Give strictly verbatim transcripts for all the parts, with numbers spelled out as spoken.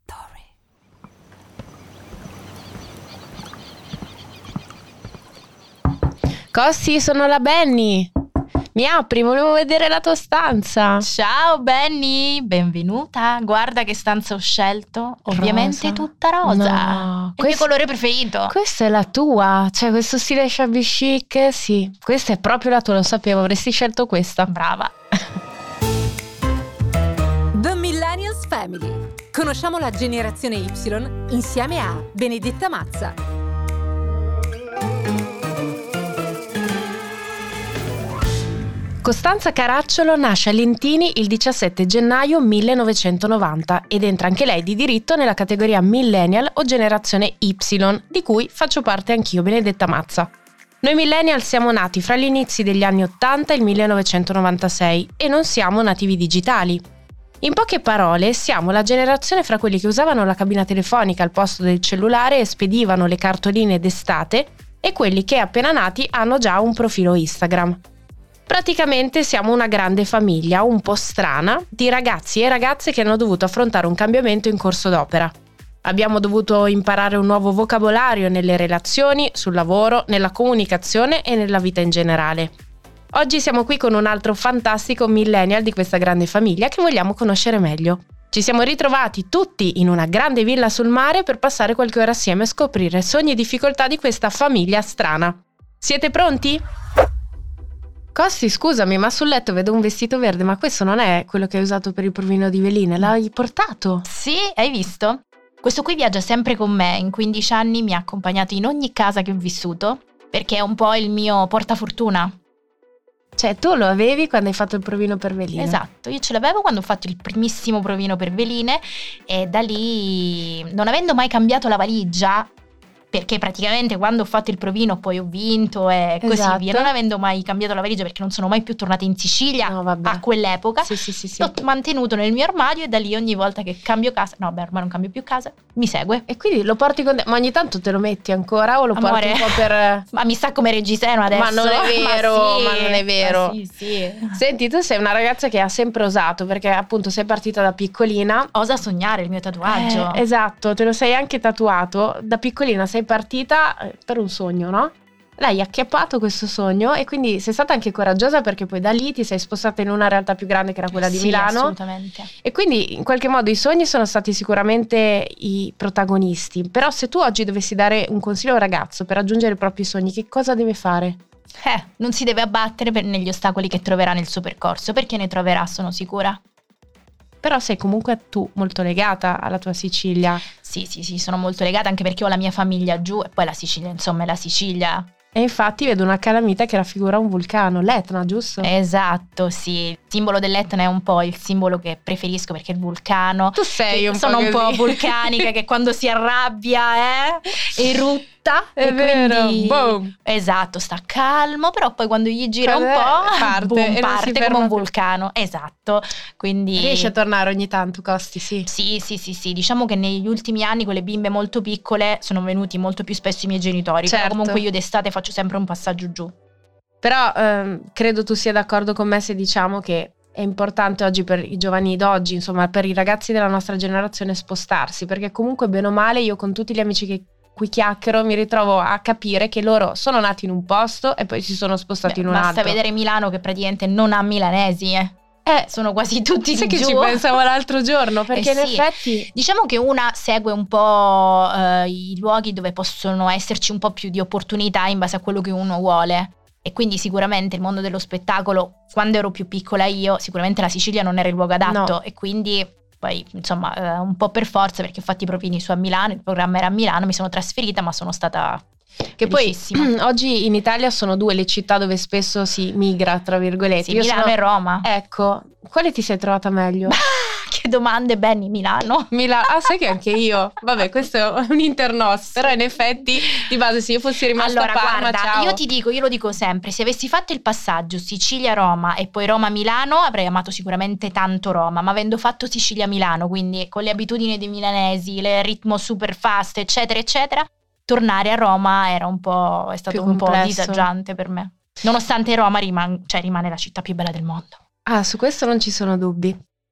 Costi, sono la Benny. Mi apri, volevo vedere la tua stanza. Ciao Benny, benvenuta. Guarda che stanza ho scelto. Ovviamente Rosa. tutta rosa. No, È il mio colore preferito. Questa è la tua, cioè questo stile shabby chic, sì. Questa è proprio la tua, lo sapevo, avresti scelto questa. Brava. The Millennials Family. Conosciamo la generazione Y insieme a Benedetta Mazza. Costanza Caracciolo nasce a Lentini il diciassette gennaio millenovecentonovanta ed entra anche lei di diritto nella categoria Millennial o generazione Y, di cui faccio parte anch'io, Benedetta Mazza. Noi Millennial siamo nati fra gli inizi degli anni ottanta e il millenovecentonovantasei e non siamo nativi digitali. In poche parole, siamo la generazione fra quelli che usavano la cabina telefonica al posto del cellulare e spedivano le cartoline d'estate e quelli che appena nati hanno già un profilo Instagram. Praticamente siamo una grande famiglia, un po' strana, di ragazzi e ragazze che hanno dovuto affrontare un cambiamento in corso d'opera. Abbiamo dovuto imparare un nuovo vocabolario nelle relazioni, sul lavoro, nella comunicazione e nella vita in generale. Oggi siamo qui con un altro fantastico millennial di questa grande famiglia che vogliamo conoscere meglio. Ci siamo ritrovati tutti in una grande villa sul mare per passare qualche ora assieme e scoprire sogni e difficoltà di questa famiglia strana. Siete pronti? Costi, scusami, ma sul letto vedo un vestito verde, ma questo non è quello che hai usato per il provino di Veline? L'hai portato? Sì, hai visto? Questo qui viaggia sempre con me, in quindici anni mi ha accompagnato in ogni casa che ho vissuto, perché è un po' il mio portafortuna. Cioè, tu lo avevi quando hai fatto il provino per Veline? Esatto, io ce l'avevo quando ho fatto il primissimo provino per Veline e da lì, non avendo mai cambiato la valigia, perché praticamente quando ho fatto il provino poi ho vinto e così Esatto. via, non avendo mai cambiato la valigia perché non sono mai più tornata in Sicilia No, vabbè. a quell'epoca, Sì, sì, sì, sì. l'ho mantenuto nel mio armadio e da lì ogni volta che cambio casa, no beh ormai non cambio più casa, mi segue. E quindi lo porti con te, ma ogni tanto te lo metti ancora o lo Amore, porti un po' per... ma mi sta come Reggiseno adesso. Ma non è vero, sì, ma non è vero. ma sì, sì. Senti, tu sei una ragazza che ha sempre osato, perché appunto sei partita da piccolina. Osa sognare il mio tatuaggio. Eh, esatto, te lo sei anche tatuato. Da piccolina sei partita eh, per un sogno, no? Lei ha acchiappato questo sogno e quindi sei stata anche coraggiosa perché poi da lì ti sei spostata in una realtà più grande che era quella di Sì, Milano. assolutamente. E quindi in qualche modo i sogni sono stati sicuramente i protagonisti. Però se tu oggi dovessi dare un consiglio a un ragazzo per raggiungere i propri sogni, che cosa deve fare? Eh, non si deve abbattere per negli ostacoli che troverà nel suo percorso, perché ne troverà, sono sicura. Però sei comunque tu molto legata alla tua Sicilia. Sì, sì, sì, sono molto legata anche perché ho la mia famiglia giù e poi la Sicilia, insomma, è la Sicilia. E infatti vedo una calamita che raffigura un vulcano, l'Etna, giusto? Esatto, sì. Il simbolo dell'Etna è un po' il simbolo che preferisco perché è il vulcano. Tu sei un Sono po' un po' così. vulcanica che quando si arrabbia eh, erutta. È e vero, quindi, boom. esatto, sta calmo, però poi quando gli gira un Cos'è? po' Parte boom, e non si parte ferma come un più. vulcano. Esatto, quindi Riesci a tornare ogni tanto, Costi, sì. Sì, sì, sì, sì, diciamo che negli ultimi anni con le bimbe molto piccole sono venuti molto più spesso i miei genitori, Certo. però comunque io d'estate faccio sempre un passaggio giù. Però ehm, credo tu sia d'accordo con me se diciamo che è importante oggi per i giovani d'oggi, insomma per i ragazzi della nostra generazione spostarsi, perché comunque bene o male io con tutti gli amici che cui chiacchiero mi ritrovo a capire che loro sono nati in un posto e poi si sono spostati Beh, in un basta altro. vedere Milano che praticamente non ha milanesi, eh. Eh, Sono quasi tutti sai di che giù. ci pensavo l'altro giorno, perché Eh in sì. effetti Diciamo che una segue un po' eh, i luoghi dove possono esserci un po' più di opportunità in base a quello che uno vuole. E quindi sicuramente il mondo dello spettacolo, quando ero più piccola io, sicuramente la Sicilia non era il luogo adatto. No. E quindi poi insomma eh, un po' per forza, perché ho fatto i provini su a Milano, il programma era a Milano, mi sono trasferita ma sono stata che poi felicissima. oggi in Italia sono due le città dove spesso si migra, tra virgolette. Sì, Io Milano sono- e Roma. Ecco, quale ti sei trovata meglio? Che domande, Benny, Milano. Milano, ah sai che anche io, vabbè questo è un internos, però in effetti di base se io fossi rimasta Allora a Parma, guarda, ciao. io ti dico, io lo dico sempre, se avessi fatto il passaggio Sicilia-Roma e poi Roma-Milano avrei amato sicuramente tanto Roma, ma avendo fatto Sicilia-Milano, quindi con le abitudini dei milanesi, il ritmo super fast eccetera eccetera, tornare a Roma era un po', è stato Più un po' complesso. disagiante per me, nonostante Roma riman- cioè, rimane la città più bella del mondo. Ah, su questo non ci sono dubbi.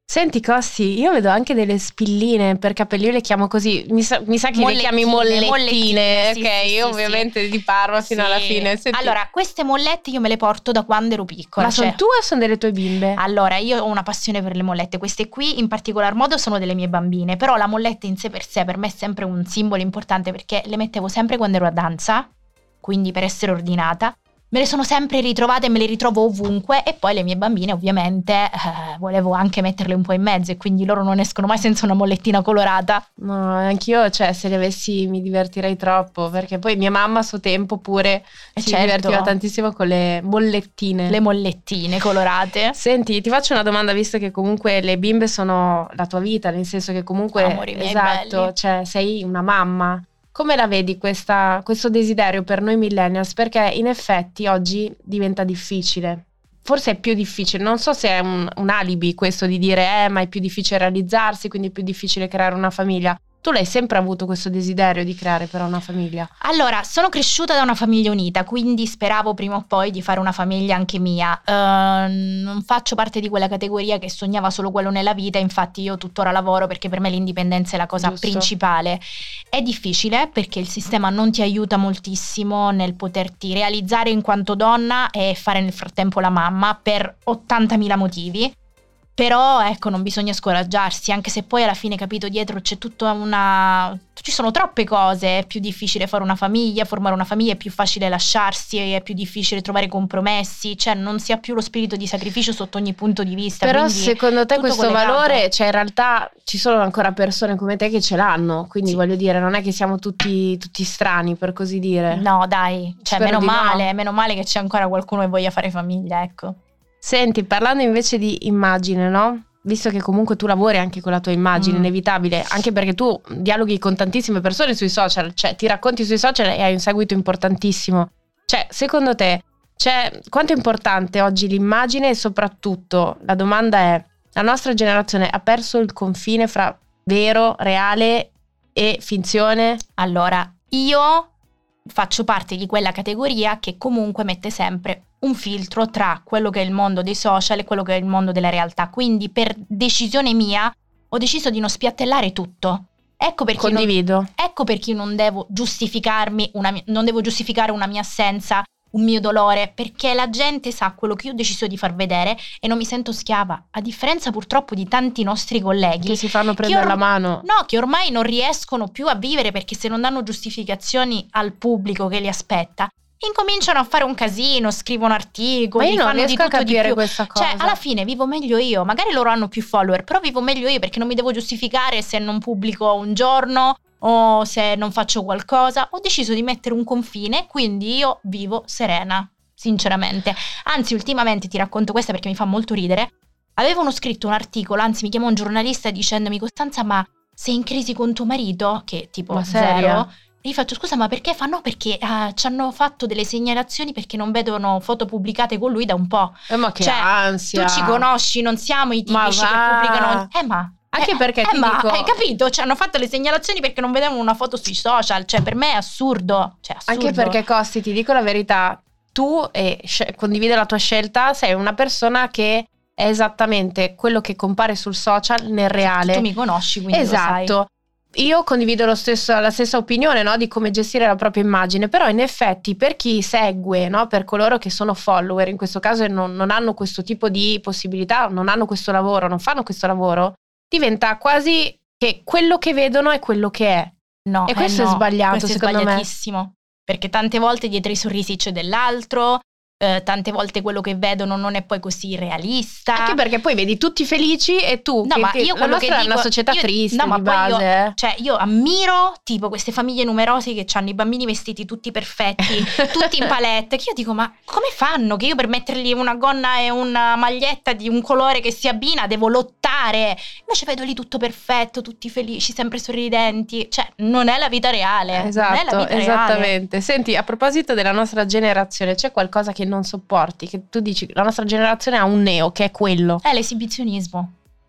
Senti Costi, io vedo anche delle spilline per capelli, io le chiamo così, mi sa, mi sa che le chiami mollettine, mollettine sì, ok, sì, io sì, ovviamente sì. di Parma fino Sì. alla fine. Senti. Allora, queste mollette io me le porto da quando ero piccola. Ma sono cioè, tue o sono delle tue bimbe? Allora, io ho una passione per le mollette, queste qui in particolar modo sono delle mie bambine, però la molletta in sé per sé per me è sempre un simbolo importante perché le mettevo sempre quando ero a danza, quindi per essere ordinata. Me le sono sempre ritrovate e me le ritrovo ovunque e poi le mie bambine ovviamente eh, volevo anche metterle un po' in mezzo e quindi loro non escono mai senza una mollettina colorata. No, anch'io, cioè se le avessi mi divertirei troppo, perché poi mia mamma a suo tempo pure E si certo. divertiva tantissimo con le mollettine. Le mollettine colorate. Senti, ti faccio una domanda, visto che comunque le bimbe sono la tua vita, nel senso che comunque Amori miei esatto, belli. cioè sei una mamma. Come la vedi questa, questo desiderio per noi millennials? Perché in effetti oggi diventa difficile. Forse è più difficile, non so se è un, un alibi questo di dire eh ma è più difficile realizzarsi, quindi è più difficile creare una famiglia. Tu l'hai sempre avuto questo desiderio di creare però una famiglia? Allora, sono cresciuta da una famiglia unita, quindi speravo prima o poi di fare una famiglia anche mia. Uh, non faccio parte di quella categoria che sognava solo quello nella vita, infatti io tuttora lavoro perché per me l'indipendenza è la cosa Giusto. principale. È difficile perché il sistema non ti aiuta moltissimo nel poterti realizzare in quanto donna e fare nel frattempo la mamma per ottantamila motivi. Però ecco, non bisogna scoraggiarsi, anche se poi alla fine, capito, dietro c'è tutta una... ci sono troppe cose, è più difficile fare una famiglia, formare una famiglia, è più facile lasciarsi, è più difficile trovare compromessi, cioè non si ha più lo spirito di sacrificio sotto ogni punto di vista. Però secondo te tutto questo collegato. valore, cioè in realtà ci sono ancora persone come te che ce l'hanno, quindi Sì. voglio dire, non è che siamo tutti, tutti strani per così dire. No dai, cioè Spero meno di no. male, meno male che c'è ancora qualcuno che voglia fare famiglia, ecco. Senti, parlando invece di immagine, no? Visto che comunque tu lavori anche con la tua immagine, Mm. inevitabile, anche perché tu dialoghi con tantissime persone sui social, cioè ti racconti sui social e hai un seguito importantissimo. Cioè, secondo te, cioè, quanto è importante oggi l'immagine e soprattutto la domanda è, la nostra generazione ha perso il confine fra vero, reale e finzione? Allora, io faccio parte di quella categoria che comunque mette sempre un filtro tra quello che è il mondo dei social e quello che è il mondo della realtà. Quindi per decisione mia ho deciso di non spiattellare tutto. Ecco perché Condivido. Non, ecco perché io non devo giustificarmi una, non devo giustificare una mia assenza, un mio dolore, perché la gente sa quello che io ho deciso di far vedere e non mi sento schiava, a differenza purtroppo di tanti nostri colleghi Che si fanno prendere or- la mano. No, che ormai non riescono più a vivere perché se non danno giustificazioni al pubblico che li aspetta, incominciano a fare un casino, scrivono articoli, Ma io non fanno di riesco a tutto di capire più. questa cosa. Cioè, alla fine vivo meglio io, magari loro hanno più follower, però vivo meglio io perché non mi devo giustificare se non pubblico un giorno o se non faccio qualcosa. Ho deciso di mettere un confine, quindi io vivo serena, sinceramente. Anzi, ultimamente ti racconto questa perché mi fa molto ridere. Avevano scritto un articolo, anzi mi chiamò un giornalista dicendomi: Costanza, ma sei in crisi con tuo marito? Che tipo Ma serio? zero. E gli faccio: scusa, ma perché fa? No, perché uh, ci hanno fatto delle segnalazioni perché non vedono foto pubblicate con lui da un po'. Eh, ma che Cioè, ansia. Tu ci conosci, non siamo i Ma tipici che va. pubblicano. Eh ma Anche eh, perché eh, ti ma dico- hai capito? Ci hanno fatto le segnalazioni perché non vedevano una foto sui social. Cioè, per me è assurdo. Cioè, assurdo. Anche perché Costi, ti dico la verità, tu e sc- condivide la tua scelta, sei una persona che è esattamente quello che compare sul social nel reale. Tu mi conosci, quindi lo sai. Esatto. Io condivido lo stesso, la stessa opinione, no, di come gestire la propria immagine, però in effetti per chi segue, no, per coloro che sono follower, in questo caso e non, non hanno questo tipo di possibilità, non hanno questo lavoro, non fanno questo lavoro, diventa quasi che quello che vedono è quello che è. No, E questo eh è no, sbagliato, questo secondo è me. sbagliatissimo, perché tante volte dietro i sorrisi c'è dell'altro, eh, tante volte quello che vedono non è poi così realista. Anche perché poi vedi tutti felici e tu, No, che, ma che io la quello nostra che è una dico- società io- triste no, ma di poi io- base. eh. Cioè, io ammiro tipo queste famiglie numerose che hanno i bambini vestiti tutti perfetti, tutti in palette, che io dico: ma come fanno? Che io per mettergli una gonna e una maglietta di un colore che si abbina devo lottare. Invece vedo lì tutto perfetto, tutti felici, sempre sorridenti. Cioè, non è la vita reale. non è la Esatto, vita reale. esattamente. Senti, a proposito della nostra generazione, c'è qualcosa che non sopporti? Che tu dici, la nostra generazione ha un neo, che è quello. È l'esibizionismo.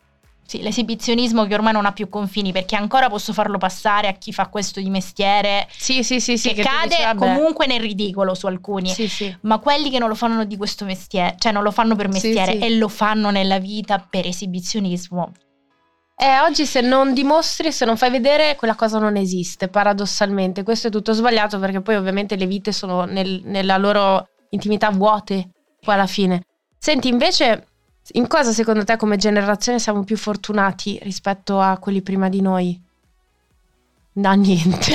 Sì, l'esibizionismo che ormai non ha più confini, perché ancora posso farlo passare a chi fa questo di mestiere. Sì, sì, sì, sì, che, che cade dici, comunque nel ridicolo su alcuni. Sì, sì. Ma quelli che non lo fanno di questo mestiere, cioè non lo fanno per mestiere, sì, sì. e lo fanno nella vita per esibizionismo. Eh, oggi se non dimostri, se non fai vedere, quella cosa non esiste, paradossalmente. Questo è tutto sbagliato, perché poi ovviamente le vite sono nel, nella loro intimità vuote, poi alla fine. Senti, invece, in cosa secondo te come generazione siamo più fortunati rispetto a quelli prima di noi? No, niente.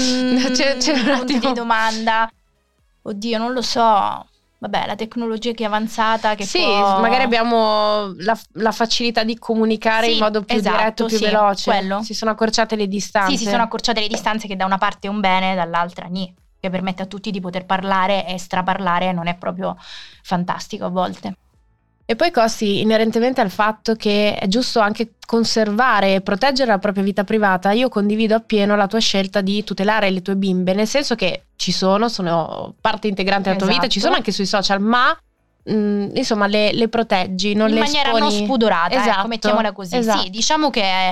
c'è, c'è un Punto attimo di domanda. Oddio, non lo so. Vabbè, la tecnologia che è avanzata, che sì, può... magari abbiamo la, la facilità di comunicare Sì, in modo più esatto, diretto, più sì, veloce. quello. Si sono accorciate le distanze. Sì, si sono accorciate le distanze, che da una parte è un bene, dall'altra nì, che permette a tutti di poter parlare e straparlare, non è proprio fantastico a volte. E poi Costi, inerentemente al fatto che è giusto anche conservare e proteggere la propria vita privata, io condivido appieno la tua scelta di tutelare le tue bimbe, nel senso che ci sono, sono parte integrante della tua Esatto. vita, ci sono anche sui social, ma mh, insomma le, le proteggi, non in le maniera esponi. non spudorata, esatto, ecco, mettiamola così. esatto. Sì, diciamo che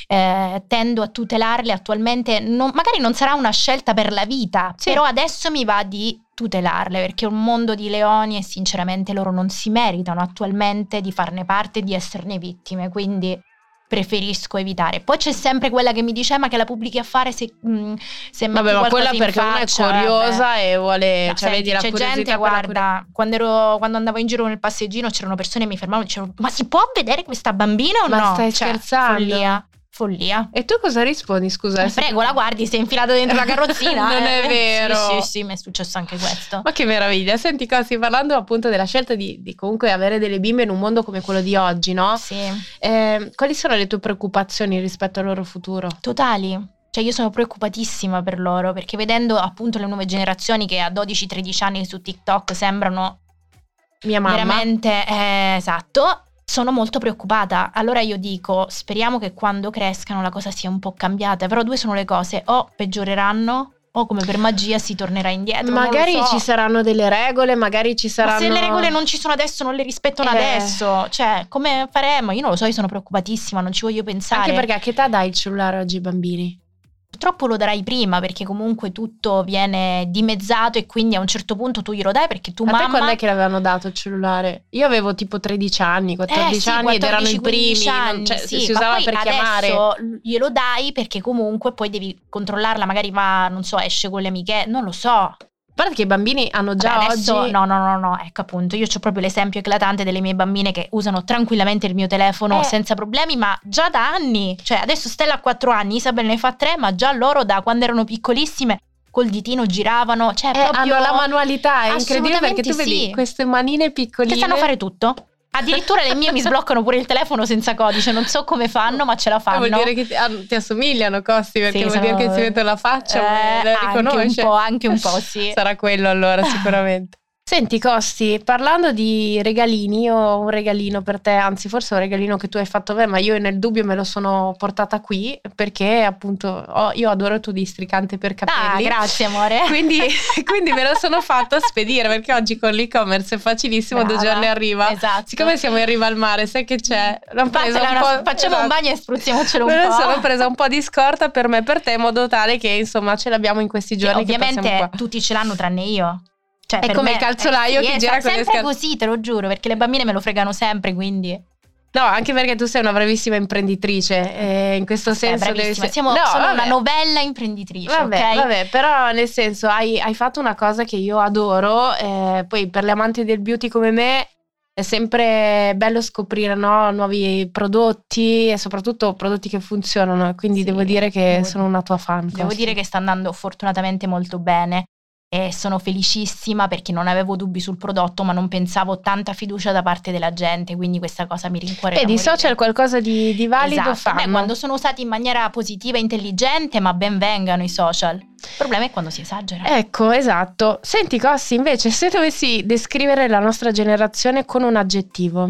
eh, tendo a tutelarle attualmente, non, magari non sarà una scelta per la vita, Sì. però adesso mi va di tutelarle, perché è un mondo di leoni e sinceramente loro non si meritano attualmente di farne parte e di esserne vittime, quindi preferisco evitare. Poi c'è sempre quella che mi dice: ma che la pubblichi a fare se, mh, se metti Vabbè, ma qualcosa quella in perché faccia, una è curiosa vabbè. e vuole, No, cioè senti, vedi la c'è curiosità gente, per la guarda, quando, ero, quando andavo in giro nel passeggino c'erano persone che mi fermavano e dicevano: ma si può vedere questa bambina o Ma no? stai Cioè, scherzando? Follia, follia. E tu cosa rispondi, scusa? Eh, prego, la guardi, sei infilata dentro la carrozzina. Non eh. è vero. Sì, sì, sì, mi è successo anche questo. Ma che meraviglia. Senti, Costi, parlando appunto della scelta di, di comunque avere delle bimbe in un mondo come quello di oggi, no? Sì. Eh, quali sono le tue preoccupazioni rispetto al loro futuro? Totali. Cioè io sono preoccupatissima per loro, perché vedendo appunto le nuove generazioni che a dodici tredici anni su TikTok sembrano Mia mamma. veramente, eh, esatto, sono molto preoccupata. Allora io dico, speriamo che quando crescano la cosa sia un po' cambiata, però due sono le cose: o peggioreranno o come per magia si tornerà indietro. Magari non lo so. ci saranno delle regole, magari ci saranno... Ma se le regole non ci sono adesso, non le rispettano Eh. adesso, cioè come faremo? Io non lo so, io sono preoccupatissima, non ci voglio pensare. Anche perché a che età dai il cellulare oggi ai bambini? Purtroppo lo darai prima, perché comunque tutto viene dimezzato e quindi a un certo punto tu glielo dai, perché tu A te mamma... quando è che l'avevano dato il cellulare? Io avevo tipo tredici anni, quattordici Eh sì, anni ed erano i primi, anni, non- cioè, sì, si ma usava poi per chiamare. adesso glielo dai perché comunque poi devi controllarla, magari va, non so, esce con le amiche, non lo so. A parte che i bambini hanno già Vabbè, adesso, oggi... no, no, no, no, ecco appunto, io ho proprio l'esempio eclatante delle mie bambine che usano tranquillamente il mio telefono Eh. senza problemi, ma già da anni. Cioè adesso Stella ha quattro anni, Isabel ne fa tre, ma già loro da quando erano piccolissime col ditino giravano, cioè Eh, proprio... hanno la manualità, è incredibile perché tu Assolutamente vedi sì. queste manine piccoline. Che sanno fare tutto. Addirittura le mie mi sbloccano pure il telefono senza codice, non so come fanno, ma ce la Eh, fanno. Vuol dire che ti, ah, ti assomigliano, Costi, perché Sì, vuol sono- dire che si vede la faccia, Eh, le anche un riconosce. po', anche un po', sì. Sarà quello allora sicuramente. Senti Costi, parlando di regalini, io ho un regalino per te, anzi forse è un regalino che tu hai fatto a me, ma io nel dubbio me lo sono portata qui perché appunto ho- io adoro il tuo districante per Ah, capelli. grazie amore. Quindi, quindi me lo sono fatto spedire perché oggi con l'e-commerce è facilissimo, due Brava. giorni arriva. Esatto. Siccome siamo in riva al mare, sai che c'è? L'ho presa Fatela un una- po', facciamo un esatto. bagno e spruzziamocelo un Me ne po'. sono presa un po' di scorta per me e per te in modo tale che insomma ce l'abbiamo in questi Sì, giorni che passiamo ovviamente qua. tutti ce l'hanno tranne io. Cioè, È per come me- il calzolaio eh, che sì, gira è con le sempre scar- così, te lo giuro, perché le bambine me lo fregano sempre, quindi No, anche perché tu sei una bravissima imprenditrice e in questo Aspetta, senso devi bravissima. essere- Siamo No, sono vabbè. una novella imprenditrice, Vabbè, ok? vabbè, però nel senso hai, hai fatto una cosa che io adoro, eh, poi per le amanti del beauty come me è sempre bello scoprire, no, nuovi prodotti e soprattutto prodotti che funzionano, quindi Sì, devo dire che devo- sono una tua fan. Devo Costi. dire che sta andando fortunatamente molto bene e sono felicissima perché non avevo dubbi sul prodotto, ma non pensavo tanta fiducia da parte della gente, quindi questa cosa mi rincuora. Vedi, i social qualcosa di, di valido esatto. fanno. Beh, quando sono usati in maniera positiva e intelligente, ma ben vengano i social. Il problema è quando si esagera. Ecco, esatto. Senti Cossi, invece, se dovessi descrivere la nostra generazione con un aggettivo,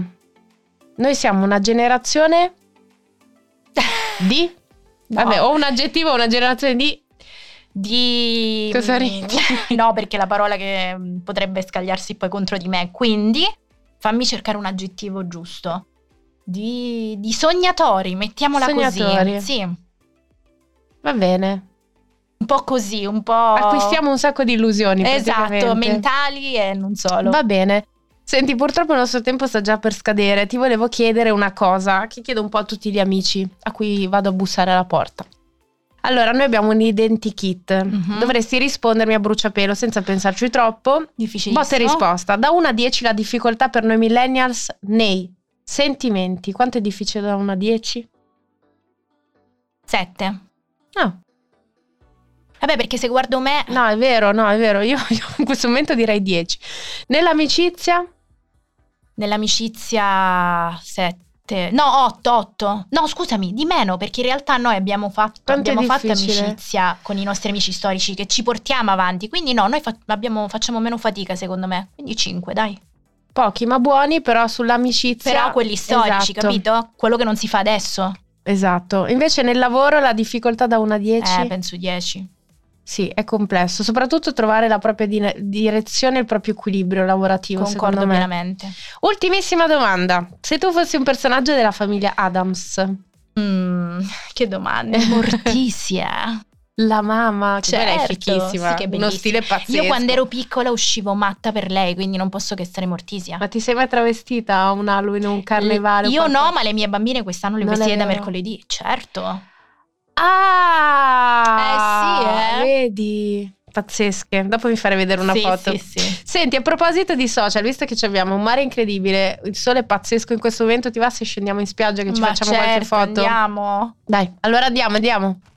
noi siamo una generazione di... No. Vabbè, o un aggettivo o una generazione di... Di Cosa ridi? No, perché la parola che mm, potrebbe scagliarsi poi contro di me. Quindi fammi cercare un aggettivo giusto. Di, di sognatori, mettiamola Sognatori. così. Sì, Va bene. un po' così, un po'... Acquistiamo un sacco di illusioni. Esatto, praticamente. mentali e non solo. Va bene. Senti, purtroppo il nostro tempo sta già per scadere. Ti volevo chiedere una cosa che chiedo un po' a tutti gli amici a cui vado a bussare alla porta. Allora, noi abbiamo un identikit. Mhm. Dovresti rispondermi a bruciapelo senza pensarci troppo. Difficilissimo. Botta e risposta. Da uno a dieci la difficoltà per noi millennials nei sentimenti. Quanto è difficile da uno a dieci? Sette. No, Vabbè, perché se guardo me... no, è vero, no, è vero. Io, io in questo momento direi dieci. Nell'amicizia? Nell'amicizia sette. No, otto, otto. No, scusami, di meno, perché in realtà noi abbiamo fatto, Quanto è abbiamo fatto difficile? amicizia con i nostri amici storici che ci portiamo avanti. Quindi no, noi fa- abbiamo- facciamo meno fatica, secondo me. Quindi cinque, dai. Pochi ma buoni, però sull'amicizia. Però quelli storici, Esatto. capito? Quello che non si fa adesso. Esatto. Invece nel lavoro la difficoltà da uno a dieci? Eh, penso dieci. Sì, è complesso, soprattutto trovare la propria di- direzione e il proprio equilibrio lavorativo, Concordo secondo me. pienamente. Ultimissima domanda. Se tu fossi un personaggio della famiglia Addams, Mm, che domande. Morticia. la mamma, che poi lei è Certo, fichissima, sì, che uno bellissima. stile pazzesco. Io quando ero piccola uscivo matta per lei, quindi non posso che stare Mortisia. Ma ti sei mai travestita a un Halloween, un carnevale? Io o qualcosa? no, ma le mie bambine quest'anno le ho Non è vestite da vero. mercoledì, certo. Ah! Eh sì, eh. Vedi? Pazzesche. Dopo mi farei vedere una Sì, foto. sì, sì. Senti, a proposito di social, visto che ci abbiamo un mare incredibile, il sole è pazzesco in questo momento, ti va se scendiamo in spiaggia che ci Ma facciamo certo, qualche foto? andiamo. Dai, allora andiamo, andiamo.